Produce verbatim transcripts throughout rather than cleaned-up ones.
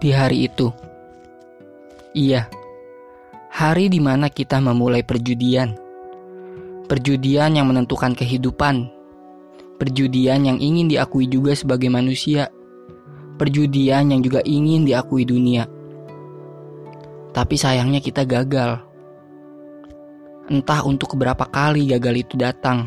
Di hari itu, iya, hari di mana kita memulai perjudian. Perjudian yang menentukan kehidupan. Perjudian yang ingin diakui juga sebagai manusia. Perjudian yang juga ingin diakui dunia. Tapi sayangnya kita gagal. Entah untuk keberapa kali gagal itu datang.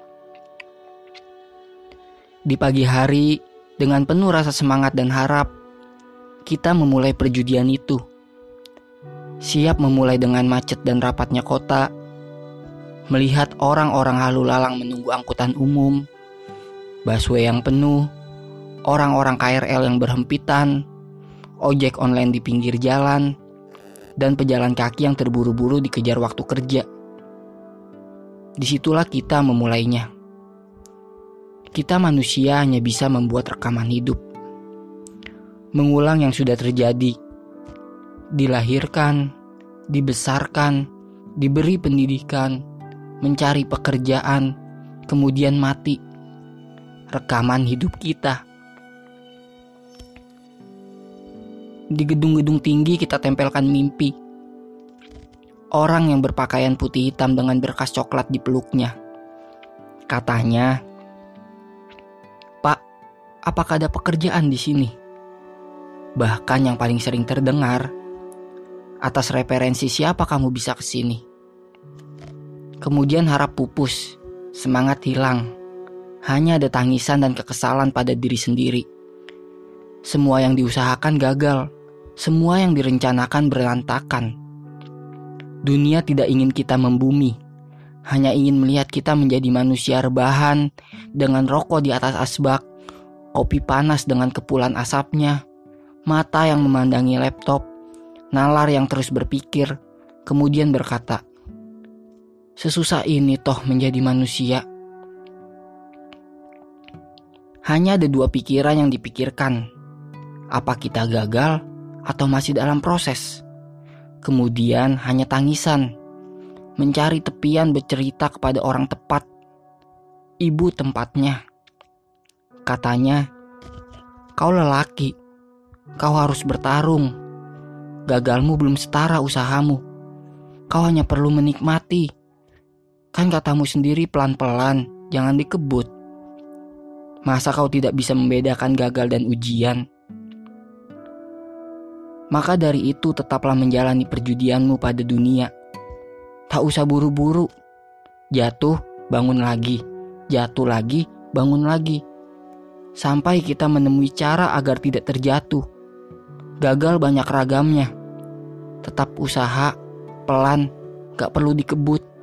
Di pagi hari, dengan penuh rasa semangat dan harap, kita memulai perjudian itu. Siap memulai dengan macet dan rapatnya kota, melihat orang-orang lalu lalang menunggu angkutan umum, busway yang penuh, orang-orang K R L yang berhempitan, ojek online di pinggir jalan, dan pejalan kaki yang terburu-buru dikejar waktu kerja. Disitulah kita memulainya. Kita manusia hanya bisa membuat rekaman hidup, mengulang yang sudah terjadi, dilahirkan, dibesarkan, diberi pendidikan, mencari pekerjaan, kemudian mati. Rekaman hidup kita. Di gedung-gedung tinggi kita tempelkan mimpi. Orang yang berpakaian putih hitam dengan berkas coklat di peluknya. Katanya, "Pak, apakah ada pekerjaan di sini?" Bahkan yang paling sering terdengar, "Atas referensi siapa kamu bisa ke sini?" Kemudian harap pupus, semangat hilang. Hanya ada tangisan dan kekesalan pada diri sendiri. Semua yang diusahakan gagal. Semua yang direncanakan berantakan. Dunia tidak ingin kita membumi. Hanya ingin melihat kita menjadi manusia rebahan dengan rokok di atas asbak, kopi panas dengan kepulan asapnya, mata yang memandangi laptop, nalar yang terus berpikir, kemudian berkata, "Sesusah ini toh menjadi manusia." Hanya ada dua pikiran yang dipikirkan. Apa kita gagal atau masih dalam proses? Kemudian hanya tangisan, mencari tepian bercerita kepada orang tepat. Ibu tempatnya. Katanya, "Kau lelaki, kau harus bertarung. Gagalmu belum setara usahamu. Kau hanya perlu menikmati. Kan katamu sendiri pelan-pelan, jangan dikebut. Masa kau tidak bisa membedakan gagal dan ujian? Maka dari itu tetaplah menjalani perjudianmu pada dunia. Tak usah buru-buru. Jatuh, bangun lagi. Jatuh lagi, bangun lagi. Sampai kita menemui cara agar tidak terjatuh. Gagal banyak ragamnya. Tetap usaha, pelan, gak perlu dikebut.